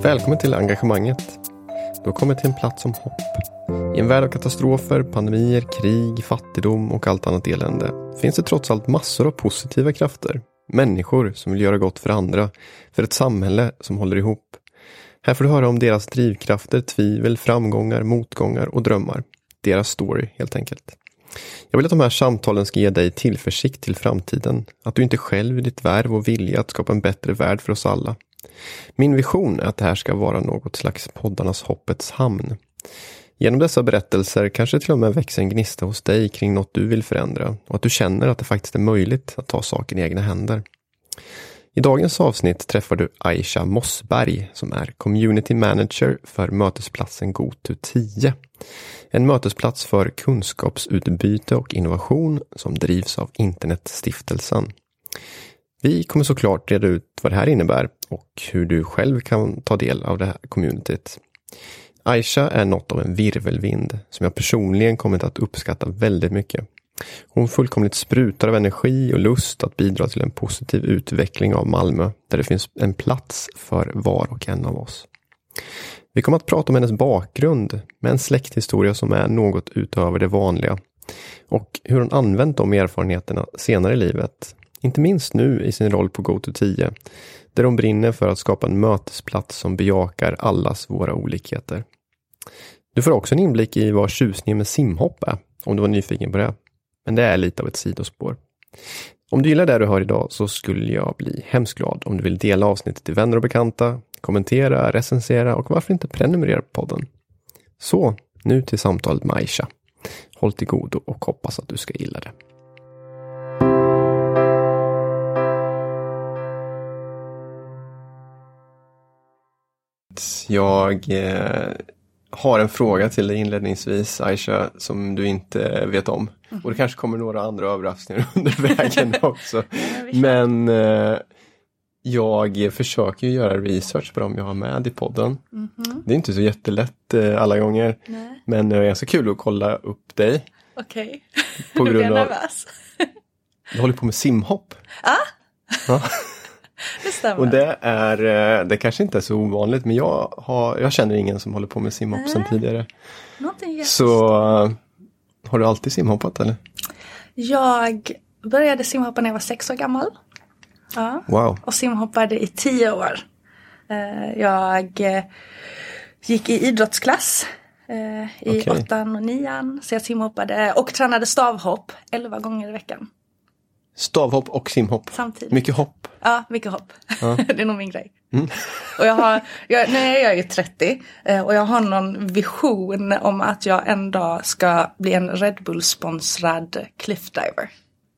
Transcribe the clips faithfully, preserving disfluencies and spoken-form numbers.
Välkommen till engagemanget. Du har kommit till en plats som hopp. I en värld av katastrofer, pandemier, krig, fattigdom och allt annat elände finns det trots allt massor av positiva krafter. Människor som vill göra gott för andra, för ett samhälle som håller ihop. Här får du höra om deras drivkrafter, tvivel, framgångar, motgångar och drömmar. Deras story helt enkelt. Jag vill att de här samtalen ska ge dig tillförsikt till framtiden. Att du inte själv i ditt värv och vilja att skapa en bättre värld för oss alla. Min vision är att det här ska vara något slags poddarnas hoppets hamn. Genom dessa berättelser kanske till och med växer en gnista hos dig kring något du vill förändra. Och att du känner att det faktiskt är möjligt att ta saken i egna händer. I dagens avsnitt träffar du Aisha Mossberg som är Community Manager för mötesplatsen GoTo tio. En mötesplats för kunskapsutbyte och innovation som drivs av Internetstiftelsen. Vi kommer såklart reda ut vad det här innebär och hur du själv kan ta del av det här communityt. Aisha är något av en virvelvind som jag personligen kommit att uppskatta väldigt mycket. Hon fullkomligt sprutar av energi och lust att bidra till en positiv utveckling av Malmö där det finns en plats för var och en av oss. Vi kommer att prata om hennes bakgrund med en släkthistoria som är något utöver det vanliga och hur hon använt de erfarenheterna senare i livet. Inte minst nu i sin roll på GoTo tio där hon brinner för att skapa en mötesplats som bejakar allas våra olikheter. Du får också en inblick i vad tjusningen med simhopp är om du var nyfiken på det. Men det är lite av ett sidospår. Om du gillar det du hör idag så skulle jag bli hemskt glad om du vill dela avsnittet till vänner och bekanta, kommentera, recensera och varför inte prenumerera på podden. Så, nu till samtalet med Aisha. Håll till godo och hoppas att du ska gilla det. Jag eh, har en fråga till dig inledningsvis, Aisha, som du inte vet om. Mm. Och det kanske kommer några andra överraskningar under vägen också. Men eh, jag försöker ju göra research på dem jag har med i podden. Mm-hmm. Det är inte så jättelätt eh, alla gånger. Nej. Men det är ganska kul att kolla upp dig. Okej, okay. Nu blir jag nervös. Du håller på med simhopp. Ah? Ja. Det stämmer. Och det är, det kanske inte är så ovanligt, men jag, har, jag känner ingen som håller på med simhopp äh. sedan tidigare. Så har du alltid simhoppat eller? Jag började simhoppa när jag var sex år gammal. Ja. Wow. Och simhoppade i tio år. Jag gick i idrottsklass i okay. åttan och nian. Så jag simhoppade och tränade stavhopp elva gånger i veckan. Stavhopp och simhopp. Samtidigt. Mycket hopp. Ja, mycket hopp. Ja. Det är nog min grej. Mm. Och jag har, jag, nej, jag är ju trettio och jag har någon vision om att jag en dag ska bli en Red Bull-sponsrad cliffdiver.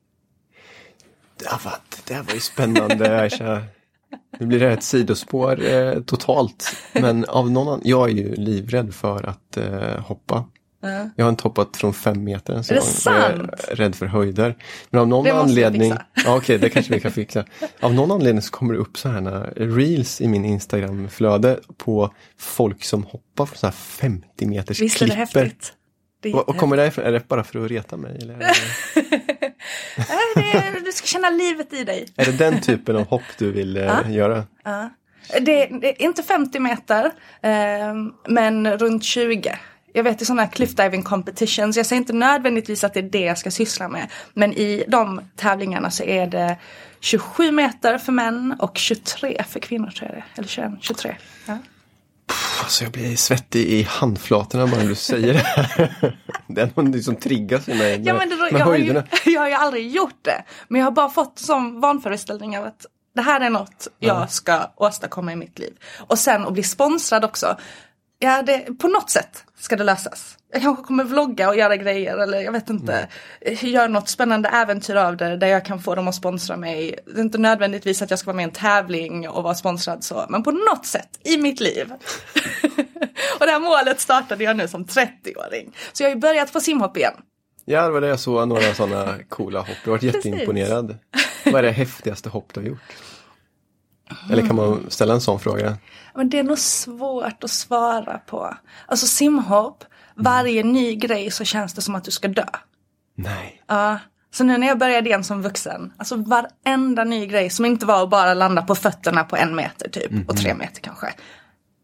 Det var, det var ju spännande, Aisha. Nu blir det ett sidospår eh, totalt. Men av någon annan, jag är ju livrädd för att eh, hoppa. Uh. Jag har inte hoppat från fem meter en sån gång. Jag är rädd för höjder. Men av någon det anledning... Ja, okej, okay, det kanske vi kan fixa. Av någon anledning så kommer det upp så här reels i min Instagram-flöde på folk som hoppar från så här femtio meters Visst klipper. Visst är det häftigt? Det är och, och kommer det ifrån? Är det bara för att reta mig? Eller är det... Nej, det är, du ska känna livet i dig. Är det den typen av hopp du vill uh. Uh, göra? Ja. Uh. Det, det är inte femtio meter, eh, men runt tjugo. Jag vet i sådana här cliffdiving competitions, jag säger inte nödvändigtvis att det är det jag ska syssla med. Men i de tävlingarna så är det tjugosju meter för män och tjugotre för kvinnor tror jag det. Eller tjugoett, tjugotre. Ja. Puh, alltså jag blir svettig i handflatorna bara du säger det här. Det är någon som triggas i mig med, ja, men det, med jag, höjderna. Har ju, jag har ju aldrig gjort det. Men jag har bara fått som vanföreställning av att det här är något jag ja. ska åstadkomma i mitt liv. Och sen att bli sponsrad också. Ja, det, på något sätt ska det lösas. Jag kanske kommer vlogga och göra grejer eller jag vet inte. Mm. Göra något spännande äventyr av det där jag kan få dem att sponsra mig. Det är inte nödvändigtvis att jag ska vara med i en tävling och vara sponsrad så. Men på något sätt i mitt liv. Och det här målet startade jag nu som trettioåring. Så jag har ju börjat på simhopp igen. Ja, det var det jag såg några sådana coola hopp. Jag har varit jätteimponerad. Vad är det häftigaste hopp du har gjort? Eller kan man ställa en sån fråga? Men det är nog svårt att svara på. Alltså simhopp, varje ny grej så känns det som att du ska dö. Nej. Ja, så nu när jag började igen som vuxen, alltså varenda ny grej som inte var att bara landa på fötterna på en meter typ, mm-hmm. och tre meter kanske.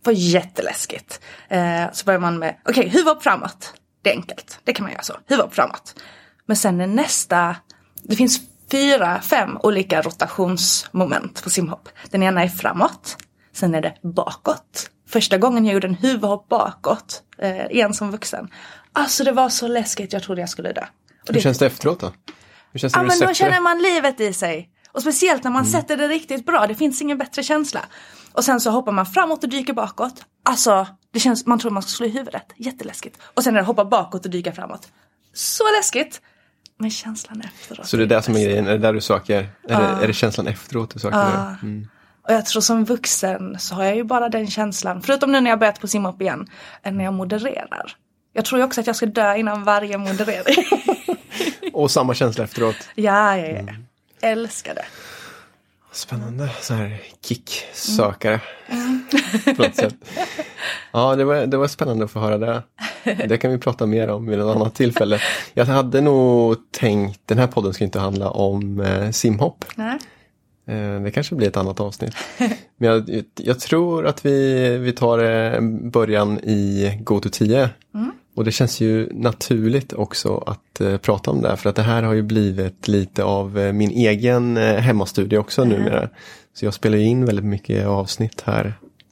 var jätteläskigt. Eh, så börjar man med, okej, okay, huvud upp framåt. Det är enkelt, det kan man göra så. Huvud upp framåt. Men sen är nästa, det finns fyra, fem olika rotationsmoment på simhopp. Den ena är framåt, sen är det bakåt. Första gången jag gjorde en huvudhopp bakåt, eh, igen som vuxen. Alltså det var så läskigt, jag trodde jag skulle dö. Och Hur det, känns det efteråt då? Hur känns det ja, när men du då sätter känner det? man livet i sig. Och speciellt när man Mm. sätter det riktigt bra. Det finns ingen bättre känsla. Och sen så hoppar man framåt och dyker bakåt. Alltså, det känns, man tror man ska slå i huvudet. Jätteläskigt. Och sen när det hoppar bakåt och dyka framåt. Så läskigt. Men känslan efteråt. Så det är det som är grejen, är det där du söker? Är, Ja. det, är det känslan efteråt du söker? Ja. Mm. Och jag tror som vuxen så har jag ju bara den känslan. Förutom nu när jag börjat på simhopp igen. Än när jag modererar. Jag tror ju också att jag ska dö innan varje moderering. Och samma känsla efteråt? Ja, ja, ja. Mm. Älskar det. Spännande, så här kicksökare mm. på något sätt. Ja, det var, det var spännande att få höra det. Det kan vi prata mer om vid något annat tillfälle. Jag hade nog tänkt, den här podden ska inte handla om eh, simhopp. Nej. Eh, det kanske blir ett annat avsnitt. Men jag, jag tror att vi, vi tar eh, början i Go to tio. Mm. Och det känns ju naturligt också att eh, prata om det. För att det här har ju blivit lite av eh, min egen eh, hemmastudie också mm. numera. Så jag spelar ju in väldigt mycket avsnitt här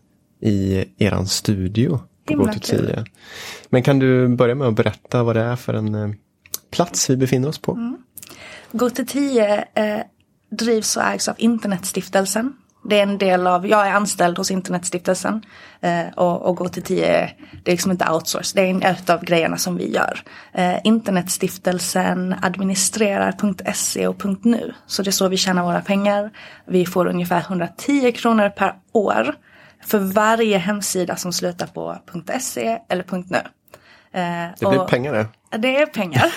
i eran studio på Go to tio. Men kan du börja med att berätta vad det är för en eh, plats vi befinner oss på? Mm. Go to tio eh, drivs och ägs av Internetstiftelsen. Det är en del av, jag är anställd hos Internetstiftelsen eh, och, och Go to tio, det är liksom inte outsource, det är en av grejerna som vi gör. Eh, Internetstiftelsen administrerar .se och .nu, så det är så vi tjänar våra pengar. Vi får ungefär hundratio kronor per år för varje hemsida som slutar på .se eller .nu. Eh, det blir och, pengar det. Det är pengar.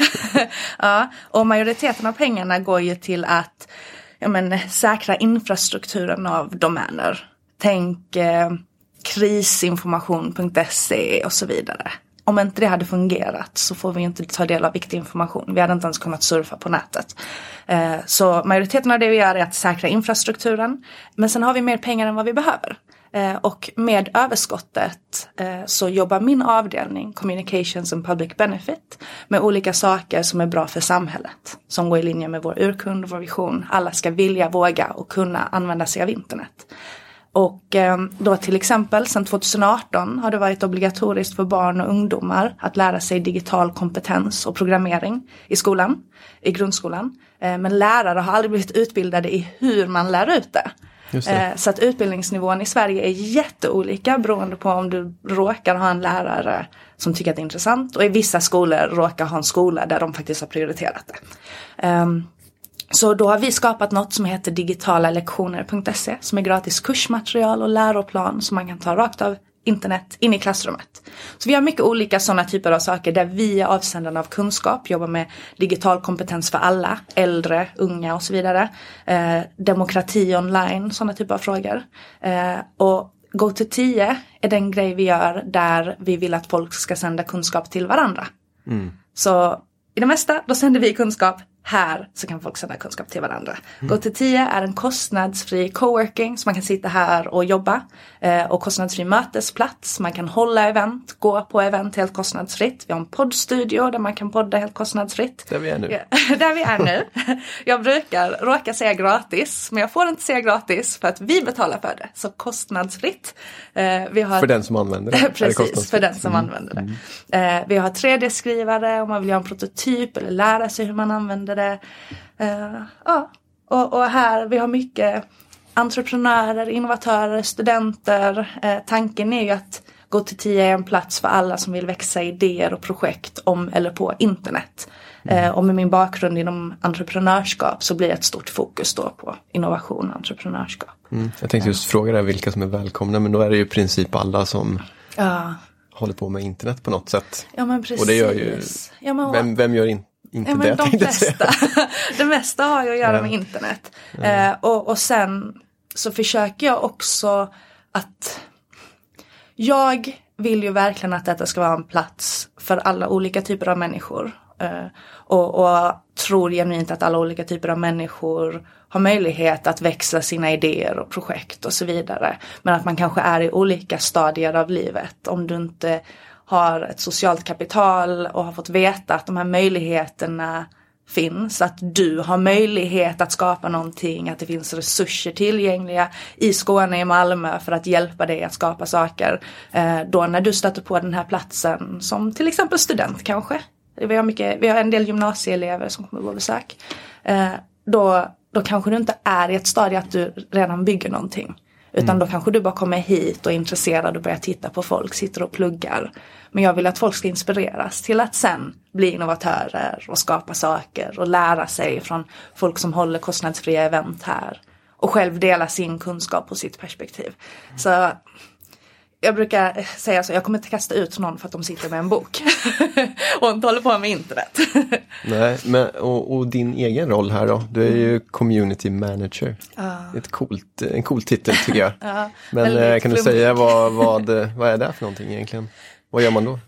Ja, och majoriteten av pengarna går ju till att ja, men, säkra infrastrukturen av domäner. Tänk eh, krisinformation punkt se och så vidare. Om inte det hade fungerat så får vi inte ta del av viktig information. Vi hade inte ens kunnat surfa på nätet. Eh, så majoriteten av det vi gör är att säkra infrastrukturen. Men sen har vi mer pengar än vad vi behöver. Eh, och med överskottet eh, så jobbar min avdelning Communications and Public Benefit med olika saker som är bra för samhället. Som går i linje med vår urkund och vår vision. Alla ska vilja, våga och kunna använda sig av internet. Och eh, då till exempel sedan tjugoarton har det varit obligatoriskt för barn och ungdomar att lära sig digital kompetens och programmering i skolan, i grundskolan. Eh, men lärare har aldrig blivit utbildade i hur man lär ut det. Just det. Så att utbildningsnivån i Sverige är jätteolika beroende på om du råkar ha en lärare som tycker att det är intressant. Och i vissa skolor råkar ha en skola där de faktiskt har prioriterat det. Um, så då har vi skapat något som heter digitala lektioner punkt se som är gratis kursmaterial och läroplan som man kan ta rakt av internet in i klassrummet. Så vi har mycket olika sådana typer av saker där vi är avsändaren av kunskap, jobbar med digital kompetens för alla, äldre, unga och så vidare. Eh, demokrati online, sådana typer av frågor. Eh, och Go to tio är den grej vi gör där vi vill att folk ska sända kunskap till varandra. Mm. Så i det mesta, då sänder vi kunskap. Här så kan folk sända kunskap till varandra. Mm. Go to tio är en kostnadsfri coworking så man kan sitta här och jobba. Eh, och kostnadsfri mötesplats. Man kan hålla event, gå på event helt kostnadsfritt. Vi har en poddstudio där man kan podda helt kostnadsfritt. Där vi är nu. Ja, där vi är nu. Jag brukar råka säga gratis. Men jag får inte säga gratis för att vi betalar för det. Så kostnadsfritt. Eh, vi har... För den som använder det. Precis, för den som mm. använder det. Mm. Eh, vi har tre D-skrivare om man vill göra en prototyp eller lära sig hur man använder det. Uh, ja, och, och här vi har mycket entreprenörer, innovatörer, studenter. Uh, tanken är ju att Go to tio är en plats för alla som vill växa idéer och projekt om eller på internet. Uh, och med min bakgrund inom entreprenörskap så blir ett stort fokus då på innovation och entreprenörskap. Mm. Jag tänkte just fråga dig vilka som är välkomna, men då är det ju i princip alla som uh. håller på med internet på något sätt. Ja, men precis. Och det gör ju, ja, men, vem, vem gör inte Inte ja, men det, de flesta. Det mesta har ju att göra ja. med internet. Ja. Eh, och, och sen så försöker jag också att jag vill ju verkligen att detta ska vara en plats för alla olika typer av människor. Eh, och, och tror genuint att alla olika typer av människor har möjlighet att växa sina idéer och projekt och så vidare. Men att man kanske är i olika stadier av livet. Om du inte har ett socialt kapital och har fått veta att de här möjligheterna finns, att du har möjlighet att skapa någonting, att det finns resurser tillgängliga i Skåne, i Malmö för att hjälpa dig att skapa saker. Eh, då när du stöter på den här platsen som till exempel student kanske, vi har, mycket, vi har en del gymnasieelever som kommer på besök, eh, då, då kanske du inte är i ett stadie att du redan bygger någonting. Utan mm. då kanske du bara kommer hit och är intresserad och börjar titta på folk, sitter och pluggar. Men jag vill att folk ska inspireras till att sen bli innovatörer och skapa saker och lära sig från folk som håller kostnadsfria event här. Och själv dela sin kunskap och sitt perspektiv. Så jag brukar säga så, jag kommer inte kasta ut någon för att de sitter med en bok och inte håller på med internet. Nej, men och, och din egen roll här då? Du är ju community manager. Uh. Ett coolt, en cool titel tycker jag. Uh, men kan du säga vad, vad, vad är det för någonting egentligen? Vad gör man då?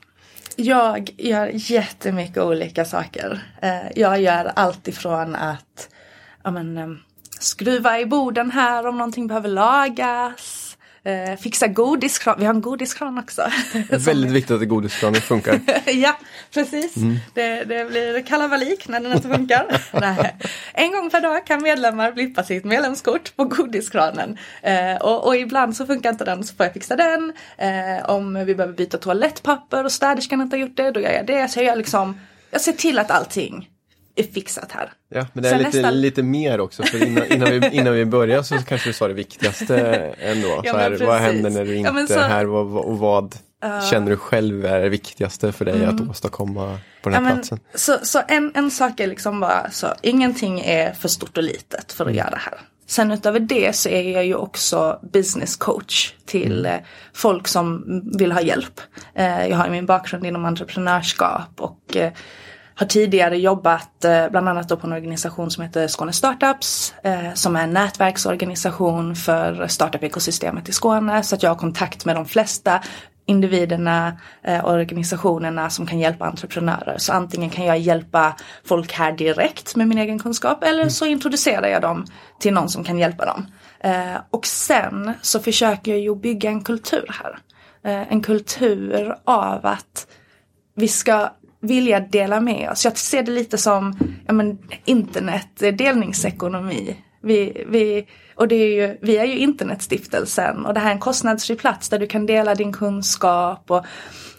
Jag gör jättemycket olika saker. Jag gör allt ifrån att ja men, skruva i borden här om någonting behöver lagas. Eh, fixa godiskran. Vi har en godiskran också. Det är väldigt viktigt att godiskranen funkar. Ja, precis. Mm. Det, det blir kalabalik när den inte funkar. Nej. En gång per dag kan medlemmar blippa sitt medlemskort på godiskranen. Eh, och, och ibland så funkar inte den, så får jag fixa den. Eh, om vi behöver byta toalettpapper och städerskan inte har gjort det, då gör jag det. Så jag, liksom, jag ser till att allting är fixat här. Ja, men det är lite, nästan... lite mer också. För innan, innan, vi, innan vi börjar så kanske du sa det viktigaste ändå. Ja, så här, vad händer när du inte ja, så... är här och, och vad uh... känner du själv är det viktigaste för dig mm. att åstadkomma på den här ja, platsen? Men, så så en, en sak är liksom bara så, ingenting är för stort och litet för att mm. göra det här. Sen utöver det så är jag ju också business coach till mm. folk som vill ha hjälp. Eh, jag har min bakgrund inom entreprenörskap och eh, har tidigare jobbat eh, bland annat då på en organisation som heter Skåne Startups. Eh, som är en nätverksorganisation för startup-ekosystemet i Skåne. Så att jag har kontakt med de flesta individerna, eh, organisationerna som kan hjälpa entreprenörer. Så antingen kan jag hjälpa folk här direkt med min egen kunskap. Eller så introducerar jag dem till någon som kan hjälpa dem. Eh, och sen så försöker jag ju bygga en kultur här. Eh, en kultur av att vi ska vilja dela med oss. Jag ser det lite som ja, men, internet, delningsekonomi. Vi, vi, och det är ju, vi är ju internetstiftelsen och det här är en kostnadsfri plats där du kan dela din kunskap och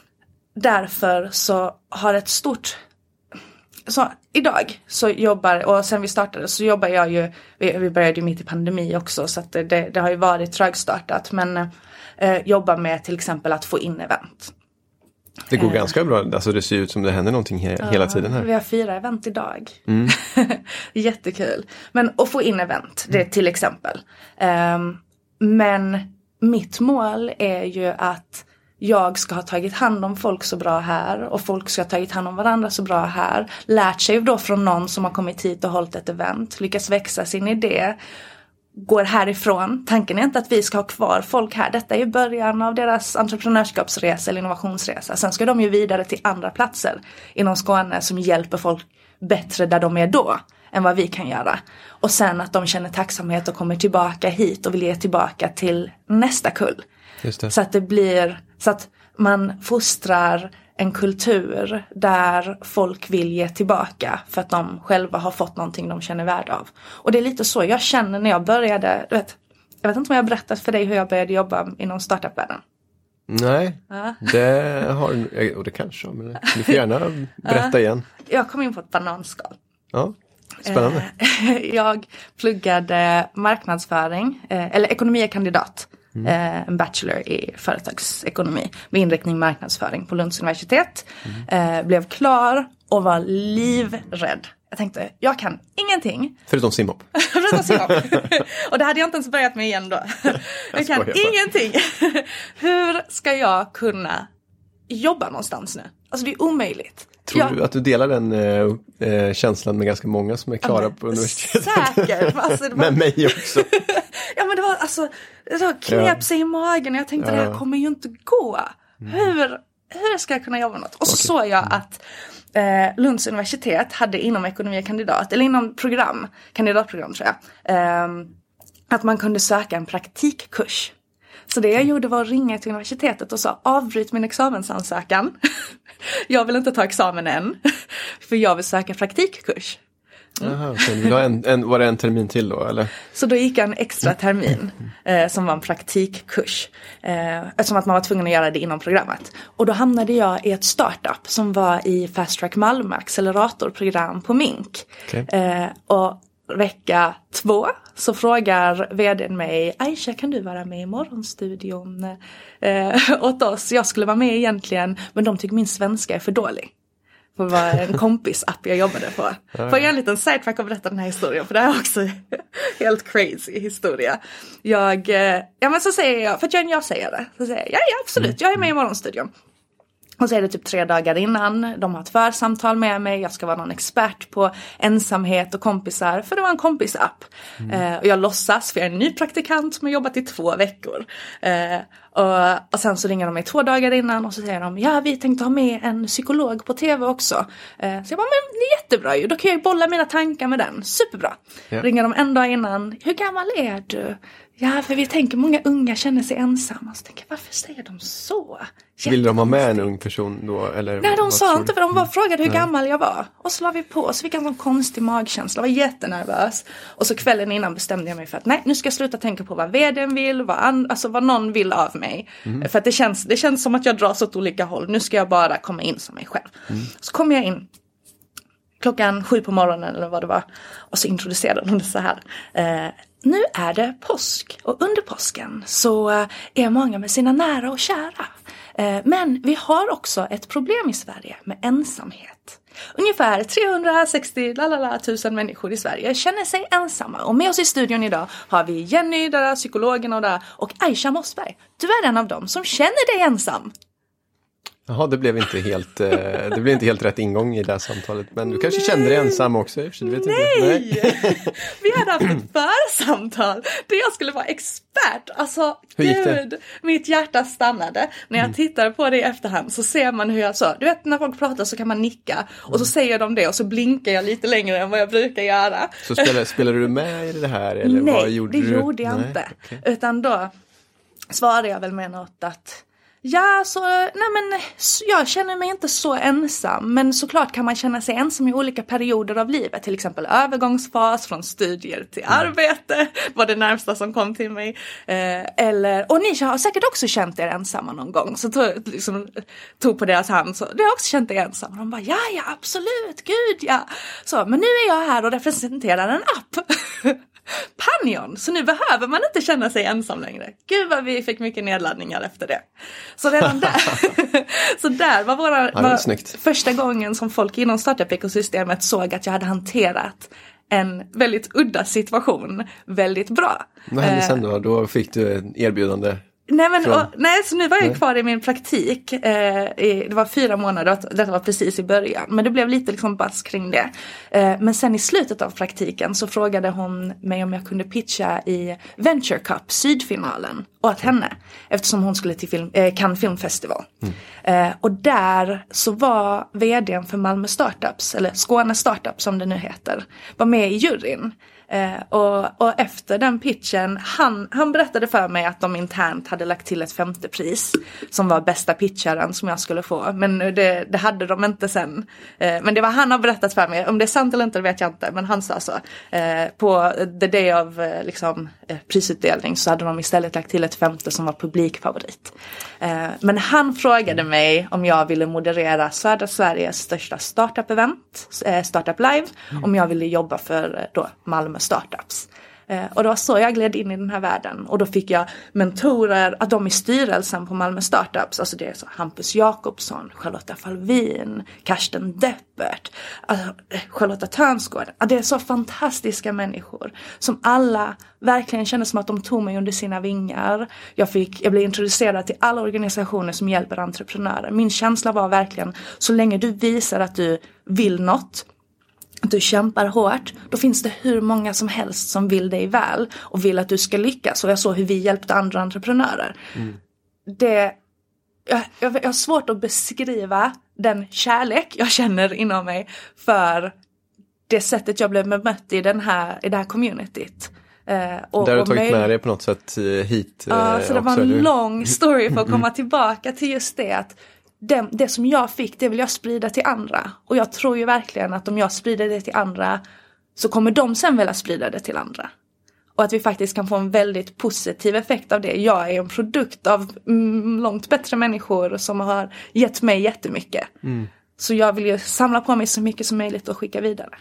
därför så har ett stort så idag så jobbar, och sen vi startade så jobbar jag ju, vi, vi började ju mitt i pandemi också så att det, det, det har ju varit trögstartat men eh, jobbar med till exempel att få in event. Det går eh. ganska bra, alltså det ser ut som det händer någonting he- ja, hela tiden här. Vi har fyra event idag. Mm. Jättekul. Men att få in event, det till exempel. Um, men mitt mål är ju att jag ska ha tagit hand om folk så bra här. Och folk ska ha tagit hand om varandra så bra här. Lärt sig då från någon som har kommit hit och hållit ett event. Lyckas växa sin idé. Går härifrån. Tanken är inte att vi ska ha kvar folk här. Detta är ju början av deras entreprenörskapsresa eller innovationsresa. Sen ska de ju vidare till andra platser inom Skåne som hjälper folk bättre där de är då än vad vi kan göra. Och sen att de känner tacksamhet och kommer tillbaka hit och vill ge tillbaka till nästa kull. Just det. Så att det blir, så att man fostrar en kultur där folk vill ge tillbaka för att de själva har fått någonting de känner värde av. Och det är lite så jag känner när jag började, du vet, jag vet inte om jag har berättat för dig hur jag började jobba inom startup-världen. Nej, ja. det har och det kanske, men du får gärna berätta ja. igen. Jag kom in på ett bananskal. Ja, spännande. Jag pluggade marknadsföring, eller ekonomikandidat. Mm. En bachelor i företagsekonomi med inriktning marknadsföring på Lunds universitet. Mm. Blev klar och var livrädd. Jag tänkte, jag kan ingenting. Förutom simhopp. Förutom simhopp. Och det hade jag inte ens börjat med igen då. Jag, jag kan ingenting. Hur ska jag kunna jobba någonstans nu? Alltså det är omöjligt. Tror jag... du att du delar den äh, känslan med ganska många som är klara ja, på universitetet? Säkert. Alltså, det var... med mig också. Ja men det var alltså, det var knep sig ja. i magen och jag tänkte ja. det här kommer ju inte gå. Mm. Hur, hur ska jag kunna jobba med något? Och så Okay. såg jag att eh, Lunds universitet hade inom ekonomi och kandidat, eller inom program, kandidatprogram tror jag, eh, att man kunde söka en praktikkurs. Så det jag gjorde var att ringa till universitetet och sa avbryt min examensansökan. Jag vill inte ta examen än, för jag vill söka praktikkurs. Mm. Aha, okay. en, en, var det en termin till då? Eller? Så då gick jag en extra termin eh, som var en praktikkurs. Eh, eftersom att man var tvungen att göra det inom programmet. Och då hamnade jag i ett startup som var i Fast Track Malmö, acceleratorprogram på Mink. Okay. Eh, och vecka två så frågar vdn mig, Aisha, kan du vara med i morgonstudion eh, åt oss? Jag skulle vara med egentligen, men de tycker min svenska är för dålig. Det var en kompis-app jag jobbade på. Får jag en liten sidetrack och berätta den här historien? För det här är också helt crazy historia. Jag, ja men så säger jag, för att jag en jag säger det. Så säger jag, ja, ja absolut, jag är med i morgonstudion. Och så är det typ tre dagar innan. De har ett församtal med mig. Jag ska vara någon expert på ensamhet och kompisar. För det var en kompisapp. Mm. Eh, och jag låtsas, för jag är en ny praktikant som har jobbat i två veckor. Eh, och, och sen så ringer de mig två dagar innan. Och så säger de, ja vi tänkte ha med en psykolog på tv också. Eh, så jag bara, men det är jättebra ju. Då kan jag bolla mina tankar med den. Superbra. Ja. Ringer de en dag innan. Hur gammal är du? Ja, för vi tänker många unga känner sig ensamma. Så tänker jag, varför säger de så? Vill de ha med en ung person då? Eller nej, de sa inte, för de bara mm. frågade hur nej. gammal jag var. Och så la vi på, så fick jag en sån konstig magkänsla. Jag var jättenervös. Och så kvällen innan bestämde jag mig för att nej, nu ska jag sluta tänka på vad vdn vill, vad, an- alltså vad någon vill av mig. Mm. För att det känns, det känns som att jag dras åt olika håll. Nu ska jag bara komma in som mig själv. Mm. Så kom jag in klockan sju på morgonen eller vad det var. Och så introducerade de det så här. Eh, nu är det påsk och under påsken så är många med sina nära och kära. Eh, men vi har också ett problem i Sverige med ensamhet. Ungefär trehundrasextio lalala, tusen människor i Sverige känner sig ensamma. Och med oss i studion idag har vi Jenny, där, psykologen och, där, och Aisha Mossberg. Du är en av dem som känner dig ensam. Jaha, det blev inte helt, det blev inte helt rätt ingång i det här samtalet. Men du kanske Nej. kände dig ensam också. Du vet Nej! Inte. Nej! Vi hade haft ett församtal där jag skulle vara expert. Alltså, hur gick det? Gud, mitt hjärta stannade. När jag mm. tittar på det i efterhand så ser man hur jag sa. Du vet, när folk pratar så kan man nicka. Och så mm. säger de det och så blinkar jag lite längre än vad jag brukar göra. Så spelade, spelade du med i det här? Eller Nej, vad gjorde det du? gjorde jag Nej, inte. Okay. Utan då svarade jag väl med något att... Ja, så, nej men jag känner mig inte så ensam. Men såklart kan man känna sig ensam i olika perioder av livet. Till exempel övergångsfas från studier till mm. arbete. Var det närmsta som kom till mig. Eh, eller, och ni har säkert också känt er ensamma någon gång. Så tog, liksom, tog på deras hand. Så det har också känt er ensam. Och de bara, ja, ja, absolut, gud, ja. Så, men nu är jag här och representerar en app. Panion, så nu behöver man inte känna sig ensam längre. Gud vad vi fick mycket nedladdningar efter det. Så redan där så där var våra ja, var första gången som folk inom startup-ekosystemet såg att jag hade hanterat en väldigt udda situation väldigt bra. Vad hände sen då? Då fick du en erbjudande. Nej, men, och, nej, så nu var jag nej. kvar i min praktik. Eh, i, det var fyra månader, detta var precis i början. Men det blev lite liksom bass kring det. Eh, men sen i slutet av praktiken så frågade hon mig om jag kunde pitcha i Venture Cup, sydfinalen, åt henne. Eftersom hon skulle till film, eh, Cannes Filmfestival. Mm. Eh, och där så var vdn för Malmö Startups, eller Skåne Startups som det nu heter, var med i juryn. Eh, och, och efter den pitchen, han, han berättade för mig att de internt hade lagt till ett femte pris som var bästa pitcharen som jag skulle få. Men det, det hade de inte sen. Eh, men det var han har berättat för mig. Om det är sant eller inte vet jag inte. Men han sa så. Eh, på the day of eh, liksom, eh, prisutdelning så hade de istället lagt till ett femte som var publikfavorit. Eh, men han frågade mig om jag ville moderera södra Sveriges största startup-event, eh, Startup Live. Mm. Om jag ville jobba för då Malmö Startups. Eh, och det var så jag gled in i den här världen. Och då fick jag mentorer, att de i styrelsen på Malmö Startups, alltså det är så Hampus Jakobsson, Charlotta Falvin, Karsten Deppert, alltså, Charlotta Törnsgård. Det är så fantastiska människor som alla verkligen kände som att de tog mig under sina vingar. Jag, fick, jag blev introducerad till alla organisationer som hjälper entreprenörer. Min känsla var verkligen, så länge du visar att du vill något, att du kämpar hårt, då finns det hur många som helst som vill dig väl och vill att du ska lyckas. Och jag såg hur vi hjälpte andra entreprenörer. Mm. Det, jag, jag, jag har svårt att beskriva den kärlek jag känner inom mig för det sättet jag blev bemött i, den här, i det här communityt. Eh, och, Där har du och tagit mig... med dig på något sätt hit. Ja, eh, så det också, var en eller? lång story för att komma tillbaka till just det. Att det, det som jag fick, det vill jag sprida till andra. Och jag tror ju verkligen att om jag sprider det till andra så kommer de sen vilja sprida det till andra. Och att vi faktiskt kan få en väldigt positiv effekt av det. Jag är en produkt av mm, långt bättre människor som har gett mig jättemycket. Mm. Så jag vill ju samla på mig så mycket som möjligt och skicka vidare.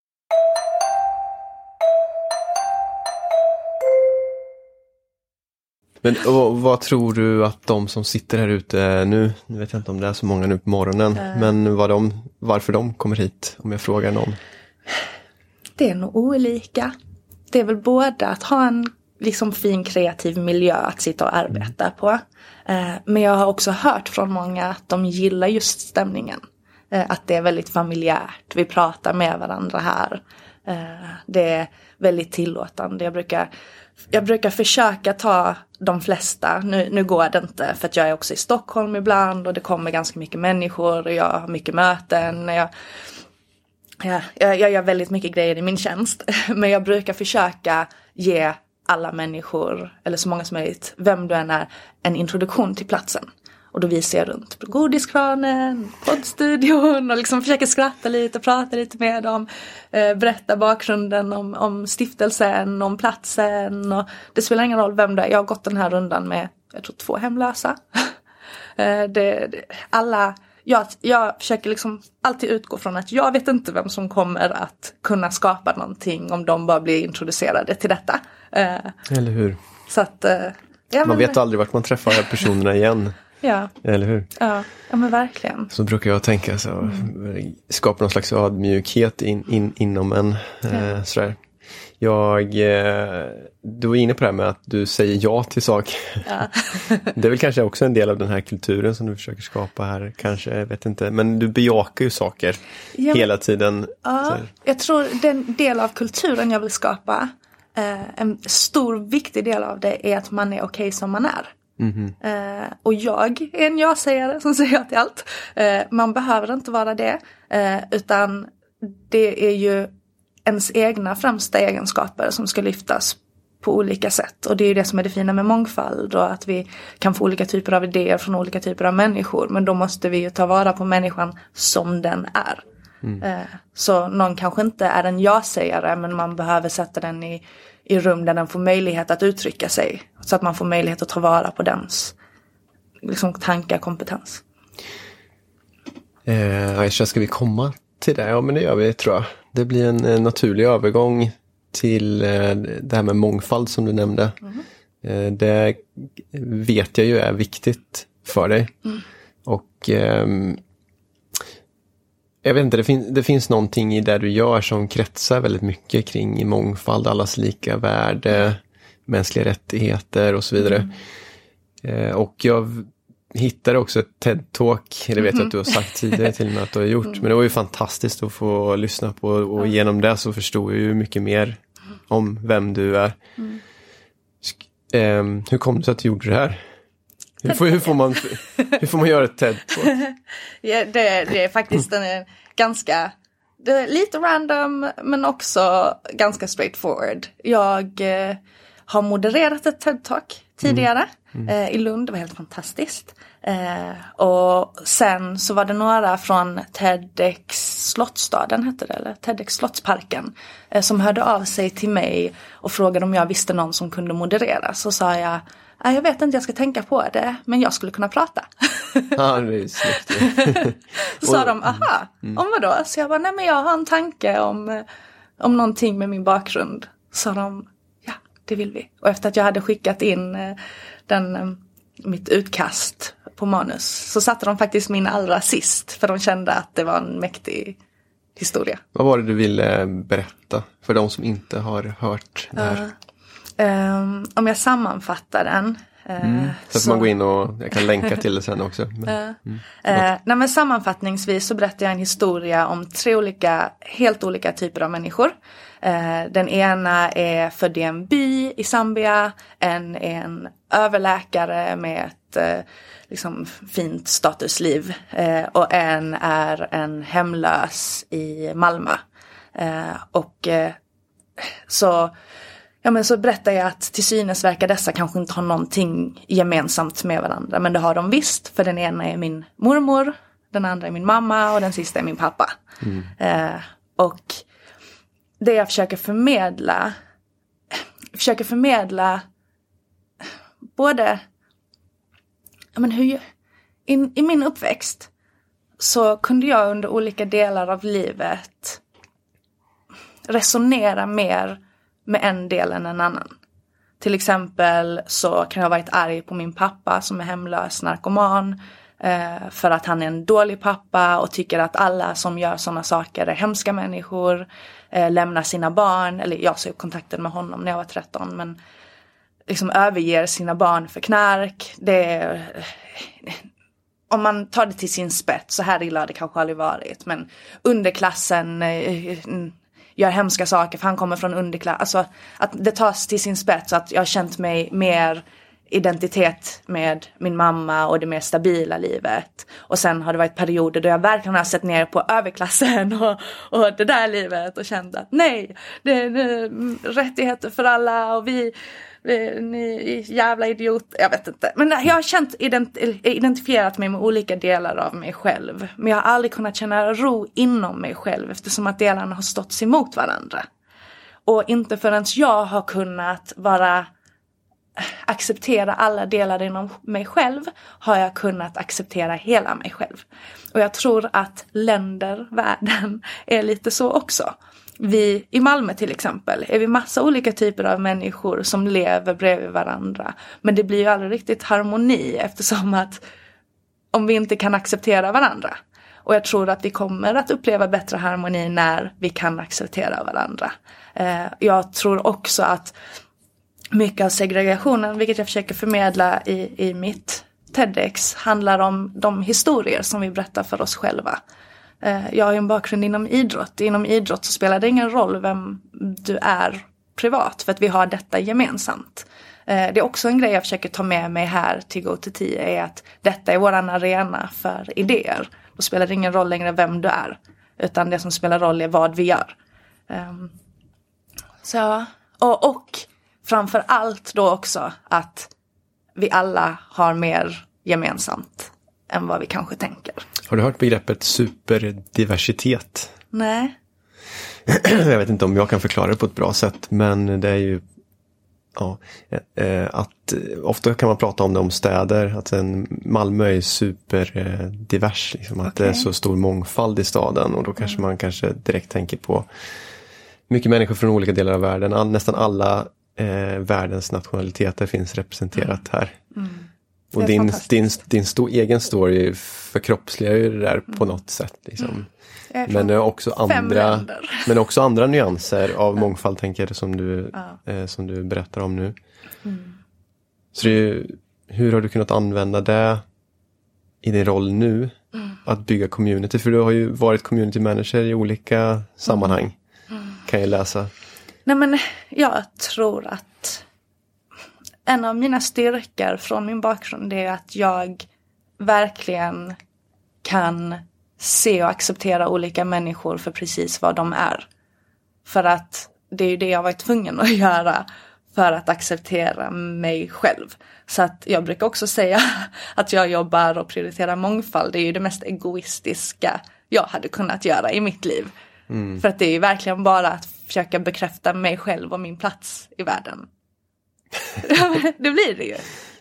Men och, vad tror du att de som sitter här ute nu, nu vet jag inte om det är så många nu på morgonen, uh. men vad de, varför de kommer hit, om jag frågar någon? Det är nog olika. Det är väl både att ha en liksom fin kreativ miljö att sitta och arbeta mm. på. Eh, men jag har också hört från många att de gillar just stämningen. Eh, att det är väldigt familjärt. Vi pratar med varandra här. Eh, det är väldigt tillåtande. Jag brukar, jag brukar försöka ta de flesta. Nu, nu går det inte för att jag är också i Stockholm ibland. Och det kommer ganska mycket människor. Och jag har mycket möten. Jag... Ja, jag, jag gör väldigt mycket grejer i min tjänst. Men jag brukar försöka ge alla människor, eller så många som möjligt, vem du än är, en introduktion till platsen. Och då visar jag runt på godiskranen, poddstudion och liksom försöker skratta lite, prata lite med dem. Eh, berätta bakgrunden om, om stiftelsen, om platsen. Och det spelar ingen roll vem det är. Jag har gått den här rundan med, jag tror, två hemlösa. eh, det, det, alla... Jag, jag försöker liksom alltid utgå från att jag vet inte vem som kommer att kunna skapa någonting om de bara blir introducerade till detta. Uh, Eller hur? Så att, uh, ja, man men, vet aldrig vart man träffar personerna igen. Ja. Eller hur? Ja, ja men verkligen. Så brukar jag tänka så, mm. skapa någon slags ödmjukhet in, in, inom en. Ja. Eh, sådär. Jag, eh, du var inne på det här med att du säger ja till saker. Ja. Det är väl kanske också en del av den här kulturen som du försöker skapa här. Kanske, jag vet inte. Men du bejakar ju saker ja, hela tiden. Ja, jag tror den del av kulturen jag vill skapa, eh, en stor viktig del av det är att man är okej som man är. Mm-hmm. Eh, och jag är en ja-sägare som säger ja till allt. Eh, man behöver inte vara det. Eh, utan det är ju ens egna främsta egenskaper som ska lyftas på olika sätt. Och det är ju det som är det fina med mångfald. Och att vi kan få olika typer av idéer från olika typer av människor. Men då måste vi ju ta vara på människan som den är. Mm. Eh, så någon kanske inte är en ja-sägare, men man behöver sätta den i, i rum där den får möjlighet att uttrycka sig. Så att man får möjlighet att ta vara på dens liksom, tankar, kompetens. Eh, Aisha, ska vi komma till det? Ja, men det gör vi, tror jag. Det blir en, en naturlig övergång till eh, det här med mångfald som du nämnde. Mm. Eh, det vet jag ju är viktigt för dig. Mm. Och eh, jag vet inte, det, fin- det finns någonting i det du gör som kretsar väldigt mycket kring mångfald, allas lika värde, mänskliga rättigheter och så vidare. Mm. Eh, och jag hittade också ett TED-talk, det vet jag att du har sagt tidigare till och med att du har gjort, men det var ju fantastiskt att få lyssna på, och genom det så förstod jag ju mycket mer om vem du är. Mm. Um, hur kom det sig att du gjorde det här? Hur får, hur får, man, hur får man göra ett TED-talk? Ja, det, det är faktiskt en ganska, det är lite random men också ganska straightforward. Jag eh, har modererat ett TED-talk tidigare. Mm. Mm. i Lund, det var helt fantastiskt. Eh, och sen så var det några från TEDx Slottsstaden hette det, eller TEDx Slottsparken, eh, som hörde av sig till mig och frågade om jag visste någon som kunde moderera. Så sa jag, jag vet inte, jag ska tänka på det, men jag skulle kunna prata. Ja, det är snyggt. Så sa de, aha, mm. om vad då? Så jag bara, nej men jag har en tanke om, om någonting med min bakgrund. Så sa de, ja, det vill vi. Och efter att jag hade skickat in eh, den, mitt utkast på manus, så satte de faktiskt min allra sist, för de kände att det var en mäktig historia. Vad var det du ville berätta för de som inte har hört det här? Uh, um, om jag sammanfattar den, Mm. Så att så man går in och jag kan länka till det sen också. Men, uh, mm. uh, nej, men sammanfattningsvis så berättar jag en historia om tre olika, helt olika typer av människor. Uh, den ena är född i en by i Zambia. En är en överläkare med ett uh, liksom fint statusliv. Uh, och en är en hemlös i Malmö. Uh, och uh, så... Ja, men så berättar jag att till synes verkar dessa kanske inte ha någonting gemensamt med varandra. Men det har de visst, för den ena är min mormor, den andra är min mamma och den sista är min pappa. Mm. Eh, och det jag försöker förmedla, försöker förmedla både, ja men hur, in, i min uppväxt så kunde jag under olika delar av livet resonera mer med en del än en annan. Till exempel så kan jag ha varit arg på min pappa som är hemlös narkoman. Eh, för att han är en dålig pappa och tycker att alla som gör sådana saker är hemska människor. Eh, lämnar sina barn. Eller jag såg kontakten med honom när jag var tretton. Men liksom överger sina barn för knark. Det är... Om man tar det till sin spets, så här illa har det kanske aldrig varit. Men underklassen... Eh, gör hemska saker för han kommer från underklass. Alltså att det tas till sin spets, så att jag har känt mig mer identitet med min mamma och det mer stabila livet. Och sen har det varit perioder då jag verkligen har sett ner på överklassen och, och det där livet och känt att nej, det är, det är rättigheter för alla och vi, vi ni jävla idiot. Jag vet inte. Men jag har känt ident- identifierat mig med olika delar av mig själv. Men jag har aldrig kunnat känna ro inom mig själv eftersom att delarna har stått emot varandra. Och inte förrän jag har kunnat vara acceptera alla delar inom mig själv har jag kunnat acceptera hela mig själv. Och jag tror att länder, världen är lite så också. Vi i Malmö till exempel är vi massa olika typer av människor som lever bredvid varandra. Men det blir ju aldrig riktigt harmoni eftersom att om vi inte kan acceptera varandra. Och jag tror att vi kommer att uppleva bättre harmoni när vi kan acceptera varandra. Eh, jag tror också att mycket av segregationen, vilket jag försöker förmedla i, i mitt TEDx, handlar om de historier som vi berättar för oss själva. Eh, jag har ju en bakgrund inom idrott. Inom idrott så spelar det ingen roll vem du är privat, för att vi har detta gemensamt. Eh, det är också en grej jag försöker ta med mig här till Go to tio, är att detta är våran arena för idéer. Då spelar det ingen roll längre vem du är, utan det som spelar roll är vad vi gör. Eh, så, och... och framför allt då också att vi alla har mer gemensamt än vad vi kanske tänker. Har du hört begreppet superdiversitet? Nej. Jag vet inte om jag kan förklara det på ett bra sätt, men det är ju ja, att ofta kan man prata om det om städer, att en Malmö är superdivers, liksom, att okay. Det är så stor mångfald i staden, och då kanske mm. man kanske direkt tänker på mycket människor från olika delar av världen. All, nästan alla Eh, världens nationaliteter finns representerat här. Mm. Och din, din, din sto, egen story förkroppsligar ju det där mm. på något sätt. Liksom. Mm. Men, också andra, men också andra nyanser av mångfald, tänker jag, som du, ja. eh, som du berättar om nu. Mm. Så det är, hur har du kunnat använda det i din roll nu? Mm. Att bygga community? För du har ju varit community manager i olika sammanhang. Mm. Mm. Kan jag läsa. Nej, men jag tror att en av mina styrkor från min bakgrund är att jag verkligen kan se och acceptera olika människor för precis vad de är. För att det är ju det jag varit tvungen att göra för att acceptera mig själv. Så att jag brukar också säga att jag jobbar och prioriterar mångfald. Det är ju det mest egoistiska jag hade kunnat göra i mitt liv. Mm. För att det är ju verkligen bara att försöka bekräfta mig själv och min plats i världen. Det blir det ju.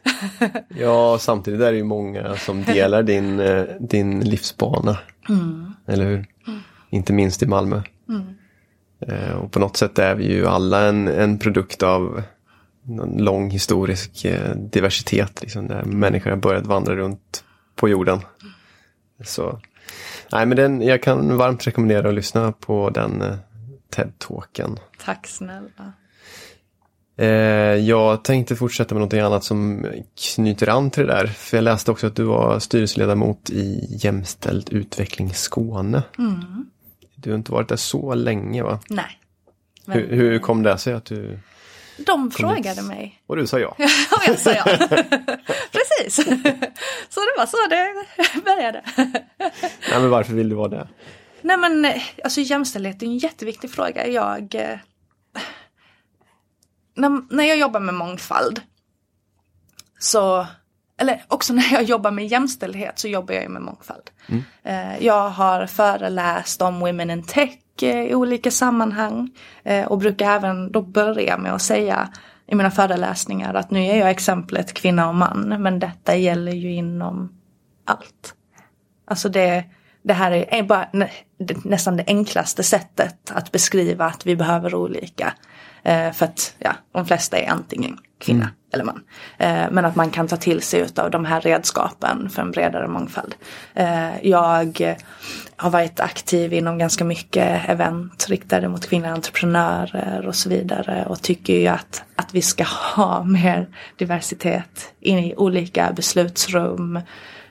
Ja, samtidigt är det ju många som delar din, din livsbana. Mm. Eller hur? Mm. Inte minst i Malmö. Mm. Eh, och på något sätt är vi ju alla en, en produkt av en lång historisk eh, diversitet. Liksom, där människor har börjat vandra runt på jorden. Mm. Så... Nej, men den, jag kan varmt rekommendera att lyssna på den eh, TED-talken. Tack snälla. Eh, jag tänkte fortsätta med något annat som knyter an till det där. För jag läste också att du var styrelseledamot i Jämställd utveckling Skåne. Mm. Du har inte varit där så länge, va? Nej. Men... Hur, hur kom det sig att du... De frågade dit? Mig. Och du sa ja. Och jag sa ja. Precis. Så det var så det började. Nej, men varför vill du vara där? Nej, men alltså jämställdhet är en jätteviktig fråga. Jag... När, när jag jobbar med mångfald så... Eller också när jag jobbar med jämställdhet så jobbar jag med mångfald. Mm. Jag har föreläst om Women in Tech i olika sammanhang. Och brukar även då börja med att säga i mina föreläsningar att nu är jag exemplet kvinna och man. Men detta gäller ju inom allt. Alltså det, det här är bara nästan det enklaste sättet att beskriva att vi behöver olika. För att ja, de flesta är antingen kvinna mm. eller man. Men att man kan ta till sig av de här redskapen för en bredare mångfald. Jag har varit aktiv inom ganska mycket event riktade mot kvinnliga entreprenörer och så vidare. Och tycker ju att, att vi ska ha mer diversitet i olika beslutsrum,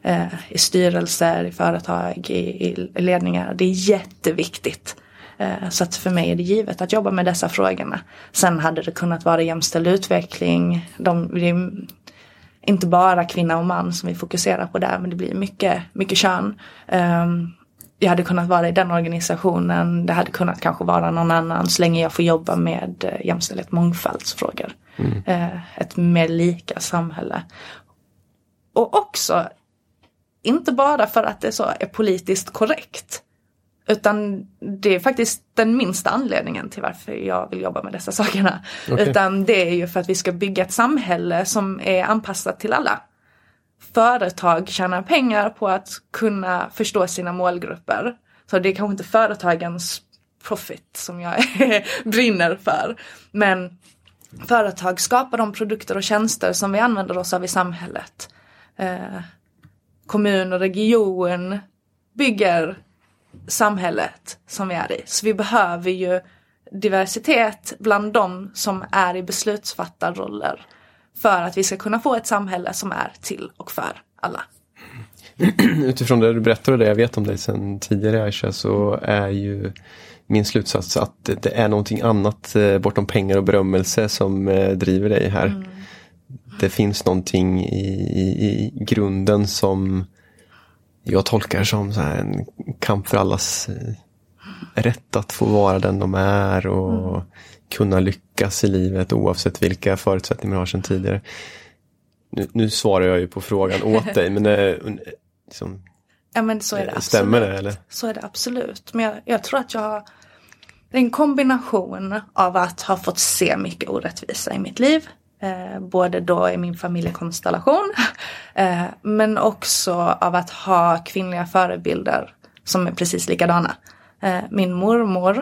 i styrelser, i företag, i, i ledningar. Det är jätteviktigt. Så att för mig är det givet att jobba med dessa frågorna. Sen hade det kunnat vara jämställd utveckling. De, det är inte bara kvinna och man som vi fokuserar på där. Men det blir mycket, mycket kön. Jag hade kunnat vara i den organisationen. Det hade kunnat kanske vara någon annan. Så länge jag får jobba med jämställdhet, mångfaldsfrågor. Mm. Ett mer lika samhälle. Och också, inte bara för att det så är politiskt korrekt. Utan det är faktiskt den minsta anledningen till varför jag vill jobba med dessa sakerna. Okay. Utan det är ju för att vi ska bygga ett samhälle som är anpassat till alla. Företag tjänar pengar på att kunna förstå sina målgrupper. Så det är kanske inte företagens profit som jag brinner för. Men företag skapar de produkter och tjänster som vi använder oss av i samhället. Eh, kommun och region bygger samhället som vi är i. Så vi behöver ju diversitet bland de som är i beslutsfattarroller för att vi ska kunna få ett samhälle som är till och för alla. Utifrån det du berättade och det jag vet om dig sedan tidigare, Aisha, så är ju min slutsats att det är någonting annat bortom pengar och berömmelse som driver dig här. Mm. Det finns någonting i, i, i grunden som jag tolkar som så här en kamp för allas rätt att få vara den de är och mm. kunna lyckas i livet oavsett vilka förutsättningar man har sedan tidigare. Nu, nu svarar jag ju på frågan åt dig, men det, liksom, ja, men så är det stämmer absolut. Det? Eller? Så är det absolut. Men jag, jag tror att jag har en kombination av att ha fått se mycket orättvisa i mitt liv. Eh, både då i min familjekonstellation eh, men också av att ha kvinnliga förebilder som är precis likadana. Eh, min mormor,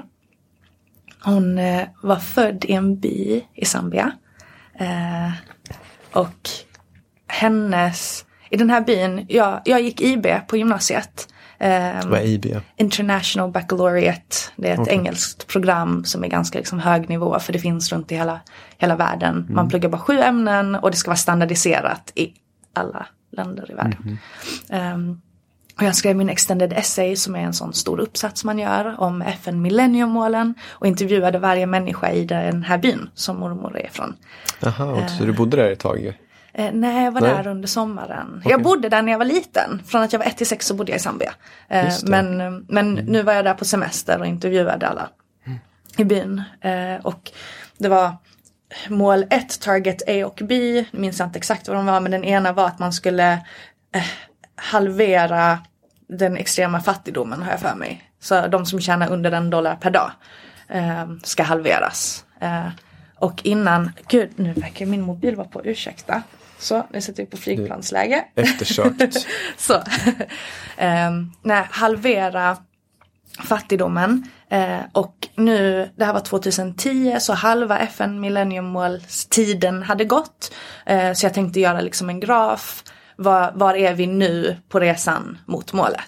hon eh, var född i en by i Zambia eh, och hennes, i den här byn, jag, jag gick I B på gymnasiet. Um, Vad är I B? International Baccalaureate. Det är ett okay. engelskt program som är ganska liksom hög nivå, för det finns runt i hela, hela världen. Mm. Man pluggar bara sju ämnen och det ska vara standardiserat i alla länder i världen. Mm. Um, och jag skrev min extended essay, som är en sån stor uppsats man gör om F N-millenniummålen, och intervjuade varje människa i den här byn som mormor är från. Jaha, uh, så du bodde där ett tag? Eh, nej, jag var nej. där under sommaren. Okay. Jag bodde där när jag var liten. Från att jag var ett till sex så bodde jag i Zambia. Eh, men men mm. nu var jag där på semester och intervjuade alla mm. i byn. Eh, och det var mål ett, target A och B. Jag minns inte exakt vad de var, men den ena var att man skulle eh, halvera den extrema fattigdomen, har jag för mig. Så de som tjänar under en dollar per dag eh, ska halveras. Eh, och innan, gud, nu verkar min mobil vara på, ursäkta. Så, nu sätter vi på flygplansläge. Eftersökt. Så, eh, nej, halvera fattigdomen. Eh, och nu, det här var tjugohundratio, så halva F N-millenniummålstiden hade gått. Eh, så jag tänkte göra liksom en graf. Var, var är vi nu på resan mot målet?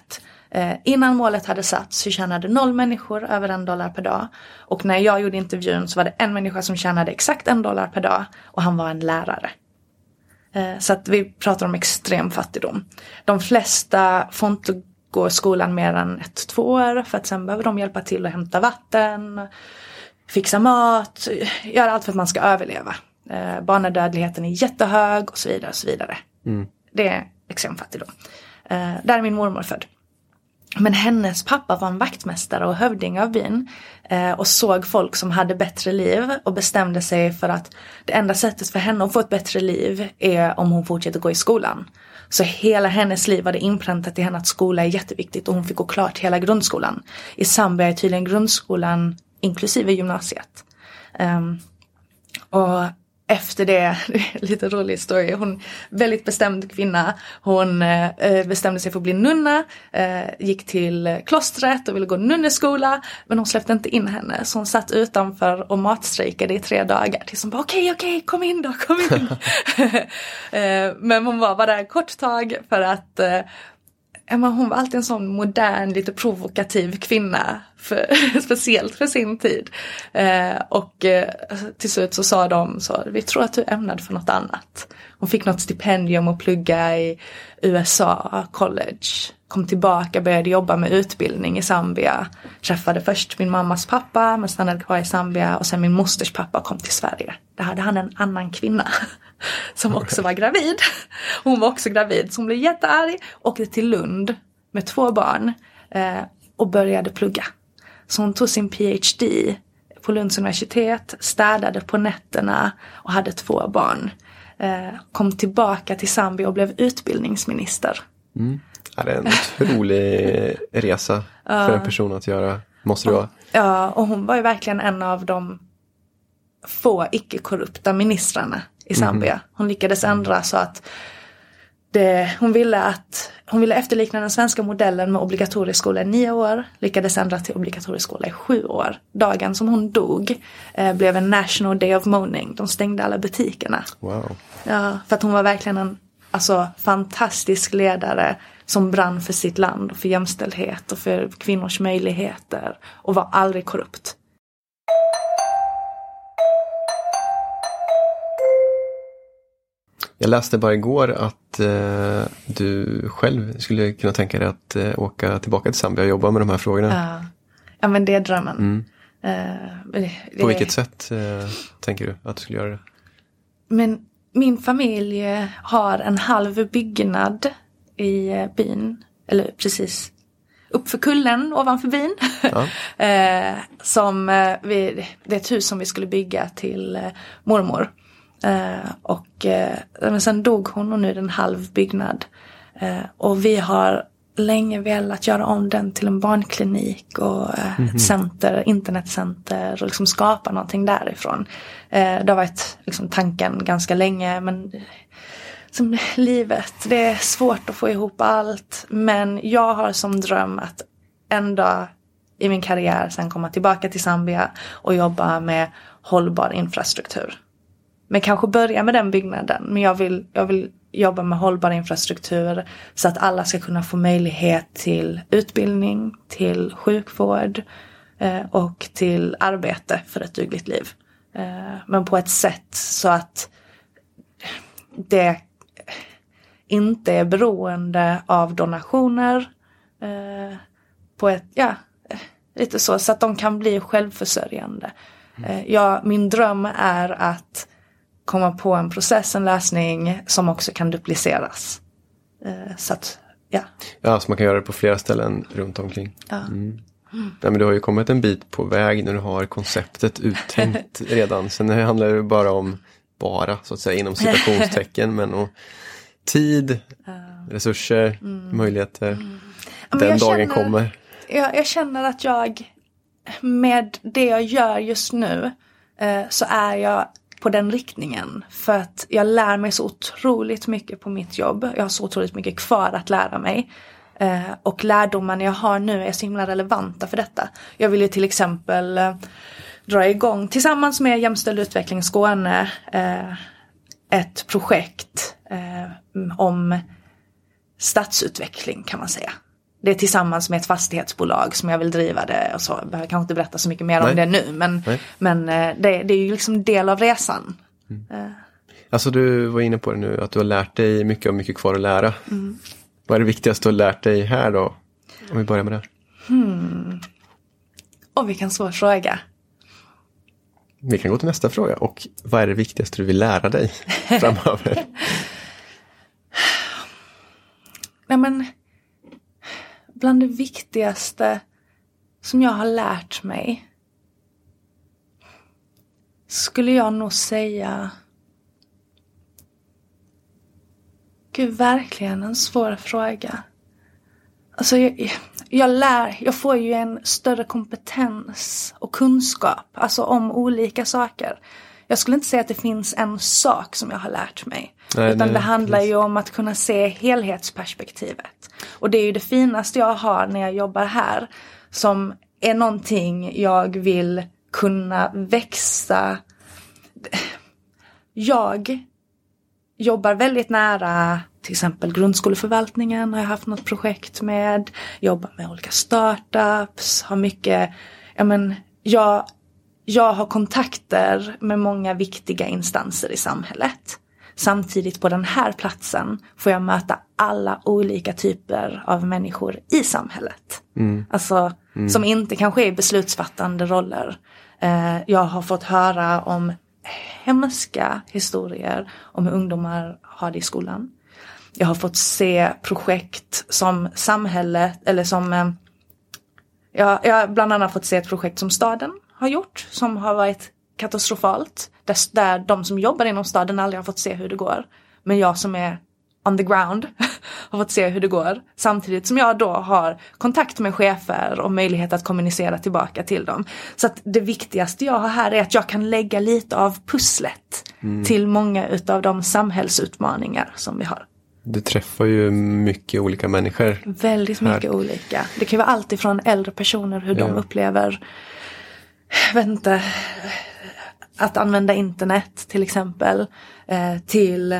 Eh, innan målet hade satts så tjänade noll människor över en dollar per dag. Och när jag gjorde intervjun så var det en människa som tjänade exakt en dollar per dag. Och han var en lärare. Eh, så att vi pratar om extrem fattigdom. De flesta får inte gå i skolan mer än ett, två år. För att sen behöver de hjälpa till att hämta vatten, fixa mat, göra allt för att man ska överleva. Eh, barnadödligheten är jättehög och så vidare och så vidare. Mm. Det är extrem fattigdom. Eh, där är min mormor född. Men hennes pappa var en vaktmästare och hövding av byn. Eh, och såg folk som hade bättre liv. Och bestämde sig för att det enda sättet för henne att få ett bättre liv är om hon fortsätter gå i skolan. Så hela hennes liv var det inpräntat i henne att skola är jätteviktigt. Och hon fick gå klart hela grundskolan. I Zambia är tydligen grundskolan inklusive gymnasiet. Um, och efter det, lite rolig historia, hon väldigt bestämd kvinna, hon eh, bestämde sig för att bli nunna, eh, gick till klostret och ville gå nunneskola, men hon släppte inte in henne, så hon satt utanför och matstrejkade i tre dagar tills hon bara okej, okay, okej, okay, kom in då, kom in. eh, men hon var bara där ett kort tag för att eh, hon var alltid en sån modern, lite provokativ kvinna. För, speciellt för sin tid. Eh, och eh, till slut så sa de så, vi tror att du är ämnad för något annat. Hon fick något stipendium att plugga i U S A college. Kom tillbaka, började jobba med utbildning i Zambia. Träffade först min mammas pappa, men stannade kvar i Zambia. Och sen min mosters pappa kom till Sverige. Där hade han en annan kvinna. Som också var gravid. Hon var också gravid. Så hon blev jättearg. Åkte till Lund med två barn. Eh, och började plugga. Så hon tog sin P H D på Lunds universitet. Städade på nätterna. Och hade två barn. Eh, kom tillbaka till Zambia och blev utbildningsminister. Mm. Ja, det är en otrolig resa för en person att göra. Måste det vara. Ja, och hon var ju verkligen en av de få icke-korrupta ministrarna i Zambia. Mm. Hon lyckades ändra så att det, hon ville att hon ville efterlikna den svenska modellen med obligatorisk skola i nio år. Lyckades ändra till obligatorisk skola i sju år. Dagen som hon dog eh, blev en National Day of Mourning. De stängde alla butikerna. Wow. Ja, för att hon var verkligen en alltså, fantastisk ledare som brann för sitt land och för jämställdhet och för kvinnors möjligheter och var aldrig korrupt. Jag läste bara igår att eh, du själv skulle kunna tänka dig att eh, åka tillbaka till Zambia och jobba med de här frågorna. Ja, ja men det är drömmen. Mm. Uh, det, På vilket sätt eh, tänker du att du skulle göra det? Men min familj har en halv byggnad i byn, eller precis uppför kullen ovanför byn. Ja. eh, som vi, det är ett hus som vi skulle bygga till eh, mormor. Eh, och eh, men sen dog hon och nu är det en halv byggnad. Eh, och vi har länge velat göra om den till en barnklinik och eh, mm-hmm. ett center, internetcenter och liksom skapa någonting därifrån. Eh, det har varit liksom tanken ganska länge, men som livet, det är svårt att få ihop allt. Men jag har som dröm att en dag i min karriär sen komma tillbaka till Zambia och jobba med hållbar infrastruktur. Men kanske börja med den byggnaden. Men jag vill, jag vill jobba med hållbar infrastruktur så att alla ska kunna få möjlighet till utbildning, till sjukvård eh, och till arbete för ett dugligt liv. Eh, men på ett sätt så att det inte är beroende av donationer. Eh, på ett, ja, lite så, så att de kan bli självförsörjande. Eh, ja, min dröm är att komma på en process, en lösning som också kan dupliceras. Eh, så att, ja. Ja, så man kan göra det på flera ställen runt omkring. Ja. Mm. Mm. Ja, men du har ju kommit en bit på väg när du har konceptet uttänkt redan. Sen handlar det bara om, bara så att säga, inom citationstecken, men och tid, uh. resurser, mm. möjligheter. Mm. Den dagen känner, kommer. Jag, jag känner att jag, med det jag gör just nu, eh, så är jag på den riktningen. För att jag lär mig så otroligt mycket på mitt jobb. Jag har så otroligt mycket kvar att lära mig. Eh, och lärdomarna jag har nu är så himla relevanta för detta. Jag vill ju till exempel eh, dra igång tillsammans med Jämställd utveckling Skåne eh, ett projekt eh, om stadsutveckling kan man säga. det är tillsammans med ett fastighetsbolag som jag vill driva det. Och så jag behöver kanske inte berätta så mycket mer Nej. om det nu. Men, men det, det är ju liksom del av resan. Mm. Alltså du var inne på det nu, att du har lärt dig mycket och mycket kvar att lära. Mm. Vad är det viktigaste du har lärt dig här då? Om vi börjar med det. Hmm. Och vilken svår fråga. Vi kan gå till nästa fråga. Och vad är det viktigaste du vill lära dig framöver? Nej men, bland det viktigaste som jag har lärt mig skulle jag nog säga... Gud, verkligen en svår fråga. Alltså jag, jag lär, jag får ju en större kompetens och kunskap, alltså om olika saker. Jag skulle inte säga att det finns en sak som jag har lärt mig. Nej, utan nej, det handlar precis. ju om att kunna se helhetsperspektivet. Och det är ju det finaste jag har när jag jobbar här, som är någonting jag vill kunna växa. Jag jobbar väldigt nära till exempel grundskoleförvaltningen, har jag haft något projekt med, jobbar med olika startups, har mycket, ja men jag, jag har kontakter med många viktiga instanser i samhället. Samtidigt på den här platsen får jag möta alla olika typer av människor i samhället. Mm. Alltså mm. som inte kanske är beslutsfattande roller. Eh, jag har fått höra om hemska historier om hur ungdomar har det i skolan. Jag har fått se projekt som samhället, eller som, eh, jag, jag har bland annat fått se ett projekt som staden har gjort, som har varit katastrofalt. Där, där de som jobbar inom staden aldrig har fått se hur det går. Men jag som är on the ground har fått se hur det går. Samtidigt som jag då har kontakt med chefer och möjlighet att kommunicera tillbaka till dem. Så att det viktigaste jag har här är att jag kan lägga lite av pusslet mm. till många utav de samhällsutmaningar som vi har. Du träffar ju mycket olika människor. Väldigt mycket här. olika. Det kan vara allt ifrån äldre personer, hur ja. de upplever, jag vet inte, att använda internet till exempel, eh, till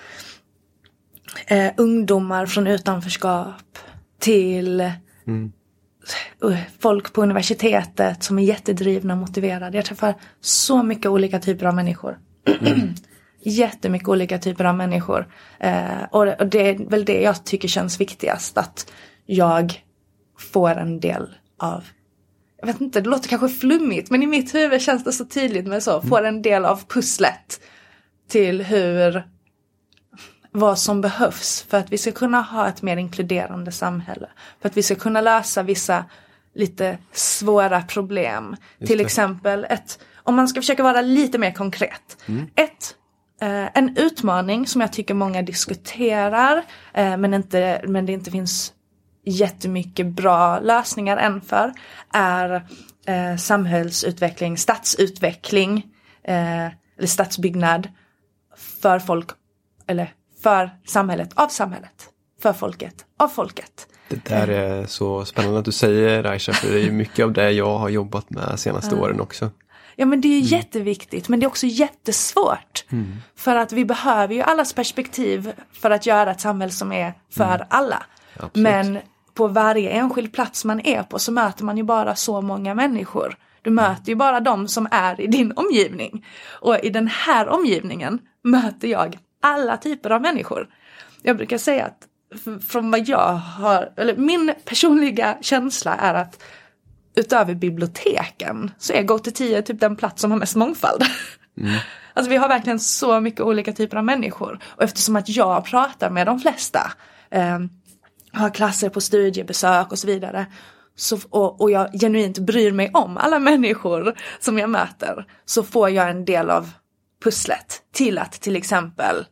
eh, ungdomar från utanförskap, till mm. uh, folk på universitetet som är jättedrivna och motiverade. Jag träffar så mycket olika typer av människor. Mm. Jättemycket olika typer av människor. Eh, och, och det är väl det jag tycker känns viktigast. Att jag får en del av, jag vet inte, det låter kanske flummigt, men i mitt huvud känns det så tydligt med så. Får en del av pusslet till hur, vad som behövs för att vi ska kunna ha ett mer inkluderande samhälle. För att vi ska kunna lösa vissa lite svåra problem. Just till det. Exempel, ett, om man ska försöka vara lite mer konkret. Mm. Ett, eh, en utmaning som jag tycker många diskuterar, eh, men, inte, men det inte finns jättemycket bra lösningar än för, är eh, samhällsutveckling, stadsutveckling eh, eller stadsbyggnad för folk, eller för samhället, av samhället, för folket, av folket. Det där är så spännande att du säger, Aisha, för det är ju mycket av det jag har jobbat med senaste mm. åren också. Ja, men det är ju mm. jätteviktigt, men det är också jättesvårt. Mm. För att vi behöver ju allas perspektiv för att göra ett samhälle som är för mm. alla. Absolut. Men på varje enskild plats man är på så möter man ju bara så många människor. Du möter ju bara de som är i din omgivning. Och i den här omgivningen möter jag alla typer av människor. Jag brukar säga att från vad jag har, eller min personliga känsla är att utöver biblioteken så är Go to tio typ den plats som har mest mångfald. Mm. Alltså vi har verkligen så mycket olika typer av människor. Och eftersom att jag pratar med de flesta, eh, har klasser på studiebesök och så vidare, så, och, och jag genuint bryr mig om alla människor som jag möter, så får jag en del av pusslet till att till exempel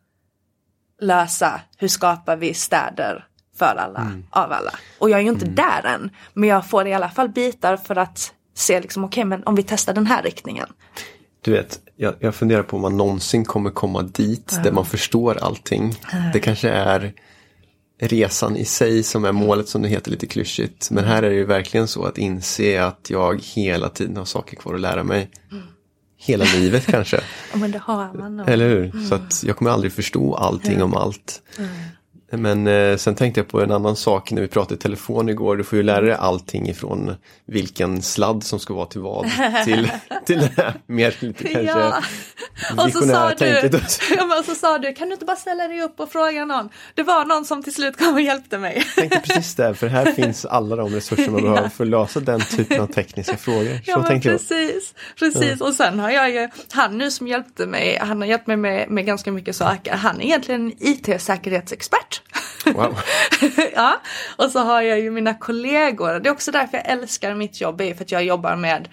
lösa hur skapar vi städer för alla, mm. av alla. Och jag är ju inte mm. där än, men jag får i alla fall bitar för att se liksom, okej, okay, men om vi testar den här riktningen. Du vet, jag, jag funderar på om man någonsin kommer komma dit mm. där man förstår allting. Mm. Det kanske är resan i sig som är målet, som det heter lite klyschigt. Men här är det ju verkligen så att inse att jag hela tiden har saker kvar att lära mig. Mm. Hela livet kanske. Ja, men det har man nog. Eller hur? Mm. Så att jag kommer aldrig förstå allting mm. om allt. Men eh, sen tänkte jag på en annan sak när vi pratade i telefon igår. Du får ju lära dig allting ifrån vilken sladd som ska vara till vad. Till, till det här mer lite kanske Ja. Och så sa, du, ja, men så sa du, kan du inte bara ställa dig upp och fråga någon? Det var någon som till slut kom och hjälpte mig. Jag tänkte precis det, för här finns alla de resurser man behöver för att lösa den typen av tekniska frågor. Så Ja, men jag. precis. Precis. Ja. Och sen har jag ju, han nu som hjälpte mig, han har hjälpt mig med, med ganska mycket saker. Han är egentligen en I T-säkerhetsexpert. Wow. Ja, och så har jag ju mina kollegor. Det är också därför jag älskar mitt jobb, är för att jag jobbar med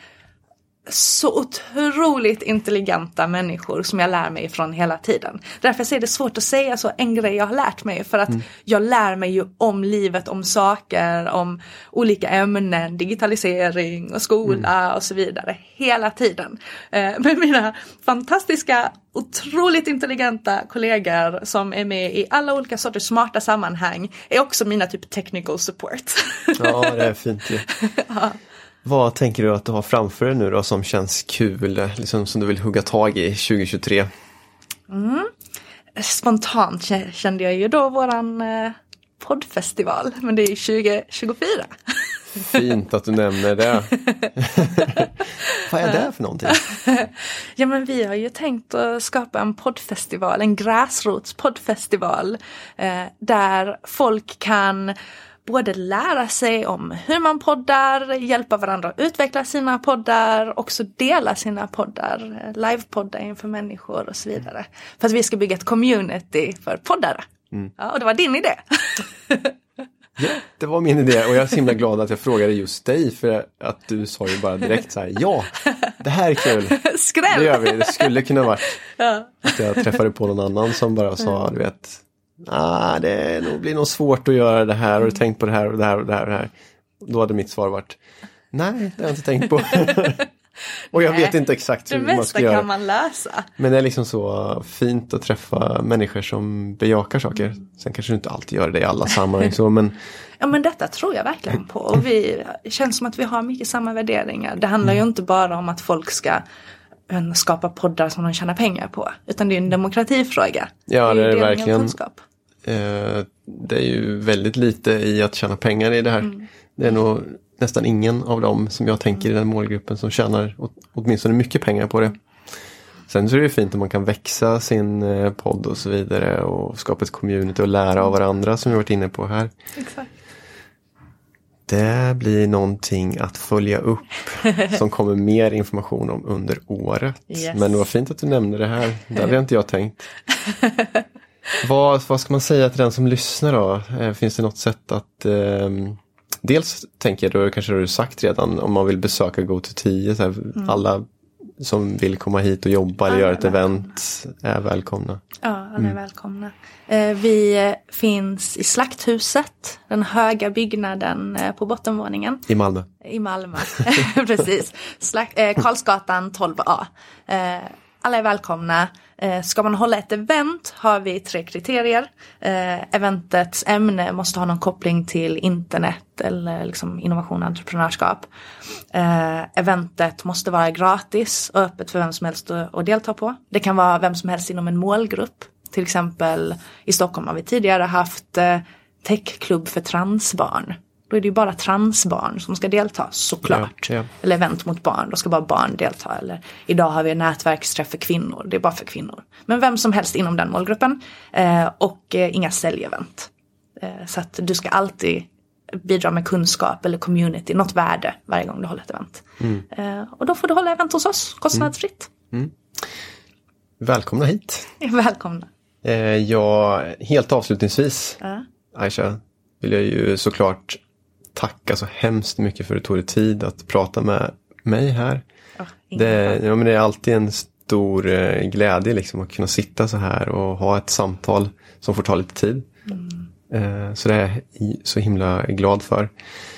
så otroligt intelligenta människor som jag lär mig ifrån hela tiden. Därför är det svårt att säga så en grej jag har lärt mig. För att mm. jag lär mig ju om livet, om saker, om olika ämnen, digitalisering och skola mm. och så vidare. Hela tiden. Eh, med mina fantastiska, otroligt intelligenta kollegor som är med i alla olika sorters smarta sammanhang är också mina typ technical support. Ja, det är fint ju. Ja. Vad tänker du att du har framför dig nu då som känns kul, liksom som du vill hugga tag i tjugo tjugotre? Mm. Spontant kände jag ju då våran eh, poddfestival, men det är tjugo tjugofyra. Fint att du nämner det. Vad är det för någonting? Ja, men vi har ju tänkt att skapa en poddfestival, en gräsrotspoddfestival eh, där folk kan både lära sig om hur man poddar, hjälpa varandra att utveckla sina poddar, också dela sina poddar, livepoddar inför människor och så vidare. För att vi ska bygga ett community för poddare. Mm. Ja, och det var din idé. Ja, det var min idé och jag är så himla glad att jag frågade just dig, för att du sa ju bara direkt så här: ja, det här är kul. Skräll! Det gör vi, det skulle kunna varit ja. Att jag träffade på någon annan som bara sa, mm. du vet, ah, det nog blir nog svårt att göra det här, och du tänkt på det här och det här och det här och det här. Då hade mitt svar varit, nej, det har jag inte tänkt på. Och jag nej, vet inte exakt hur man ska göra. Det mesta kan man läsa. Men det är liksom så fint att träffa människor som bejakar saker. Mm. Sen kanske du inte alltid gör det i alla sammanhang så, men... Ja, men detta tror jag verkligen på. Och vi det känns som att vi har mycket samma värderingar. Det handlar mm. ju inte bara om att folk ska skapa poddar som de tjänar pengar på. Utan det är en demokratifråga. Ja, det är, det är verkligen. Eh, det är ju väldigt lite i att tjäna pengar i det här. Mm. Det är nog nästan ingen av dem som jag tänker i den målgruppen som tjänar åtminstone mycket pengar på det. Sen så är det ju fint om man kan växa sin podd och så vidare och skapa ett community och lära av varandra som vi har varit inne på här. Exakt. Det blir någonting att följa upp som kommer mer information om under året. Yes. Men det var fint att du nämnde det här. Det hade inte jag tänkt. Vad, vad ska man säga till den som lyssnar då? Finns det något sätt att... Eh, dels tänker jag då, kanske har du sagt redan, om man vill besöka Go to tio, så här, mm. alla som vill komma hit och jobba eller alla göra ett event är välkomna. Ja, alla är mm. välkomna. Eh, vi finns i Slakthuset, den höga byggnaden eh, på bottenvåningen. I Malmö. I Malmö, precis. Slakt, eh, Karlsgatan tolv A. Eh, alla är välkomna. Eh, ska man hålla ett event har vi tre kriterier. Eh, eventets ämne måste ha någon koppling till internet eller liksom innovation och entreprenörskap. Eh, eventet måste vara gratis och öppet för vem som helst att, att delta på. Det kan vara vem som helst inom en målgrupp. Till exempel i Stockholm har vi tidigare haft eh, techklubb för transbarn. Då är det ju bara transbarn som ska delta, såklart. Ja, ja. Eller event mot barn, då ska bara barn delta. Eller idag har vi en nätverksträff för kvinnor, det är bara för kvinnor. Men vem som helst inom den målgruppen. Eh, och eh, inga säljevent. Eh, så att du ska alltid bidra med kunskap eller community, något värde varje gång du håller ett event. Mm. Eh, och då får du hålla event hos oss, kostnadsfritt. Mm. Mm. Välkomna hit. Välkomna. Eh, ja, helt avslutningsvis, uh. Aisha, vill jag ju såklart tacka så hemskt mycket för att du tog dig tid att prata med mig här. Oh, det, ja, men det är alltid en stor eh, glädje liksom, att kunna sitta så här och ha ett samtal som får ta lite tid. Mm. Eh, så det är jag så himla glad för.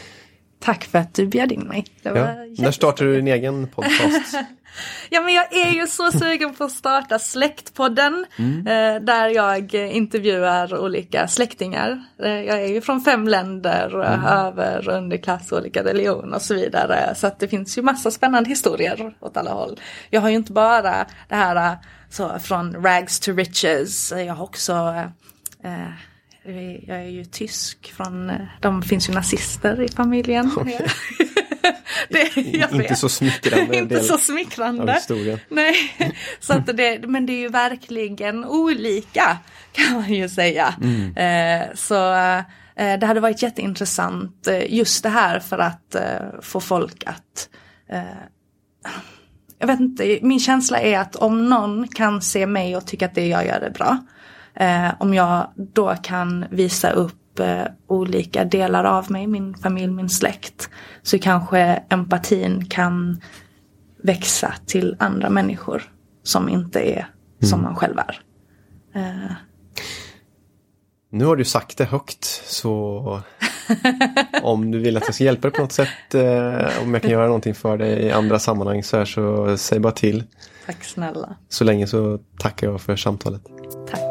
Tack för att du bjöd in mig. Det var ja. När startar du din egen podcast? Ja, men jag är ju så sugen på att starta Släktpodden. Mm. Eh, där jag intervjuar olika släktingar. Eh, jag är ju från fem länder, mm. över, underklass, olika religioner och så vidare. Så att det finns ju massa spännande historier åt alla håll. Jag har ju inte bara det här så, från rags to riches. Jag har också... Eh, jag är ju tysk från, de finns ju nazister i familjen. Okay. Det, jag inte så smickrande. Inte så smickrande. Nej. Så att det, men det är ju verkligen olika, kan man ju säga. Mm. Eh, så eh, det hade varit jätteintressant eh, just det här för att eh, få folk att eh, jag vet inte, min känsla är att om någon kan se mig och tycka att det jag gör är bra, eh, om jag då kan visa upp eh, olika delar av mig, min familj, min släkt, så kanske empatin kan växa till andra människor som inte är mm. som man själv är. Eh. Nu har du sagt det högt, så om du vill att jag ska hjälpa dig på något sätt, eh, om jag kan göra någonting för dig i andra sammanhang så här, så säg bara till. Tack snälla. Så länge så tackar jag för samtalet. Tack.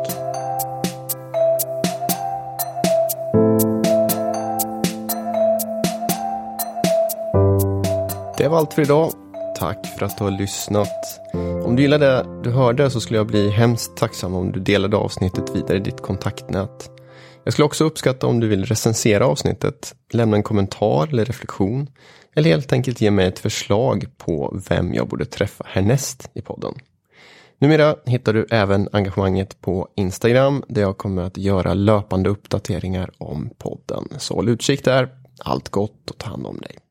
Det var allt för idag. Tack för att du har lyssnat. Om du gillade det du hörde så skulle jag bli hemskt tacksam om du delade avsnittet vidare i ditt kontaktnät. Jag skulle också uppskatta om du vill recensera avsnittet, lämna en kommentar eller reflektion, eller helt enkelt ge mig ett förslag på vem jag borde träffa härnäst i podden. Numera hittar du även engagemanget på Instagram, där jag kommer att göra löpande uppdateringar om podden. Så håll utkik där, allt gott och ta hand om dig.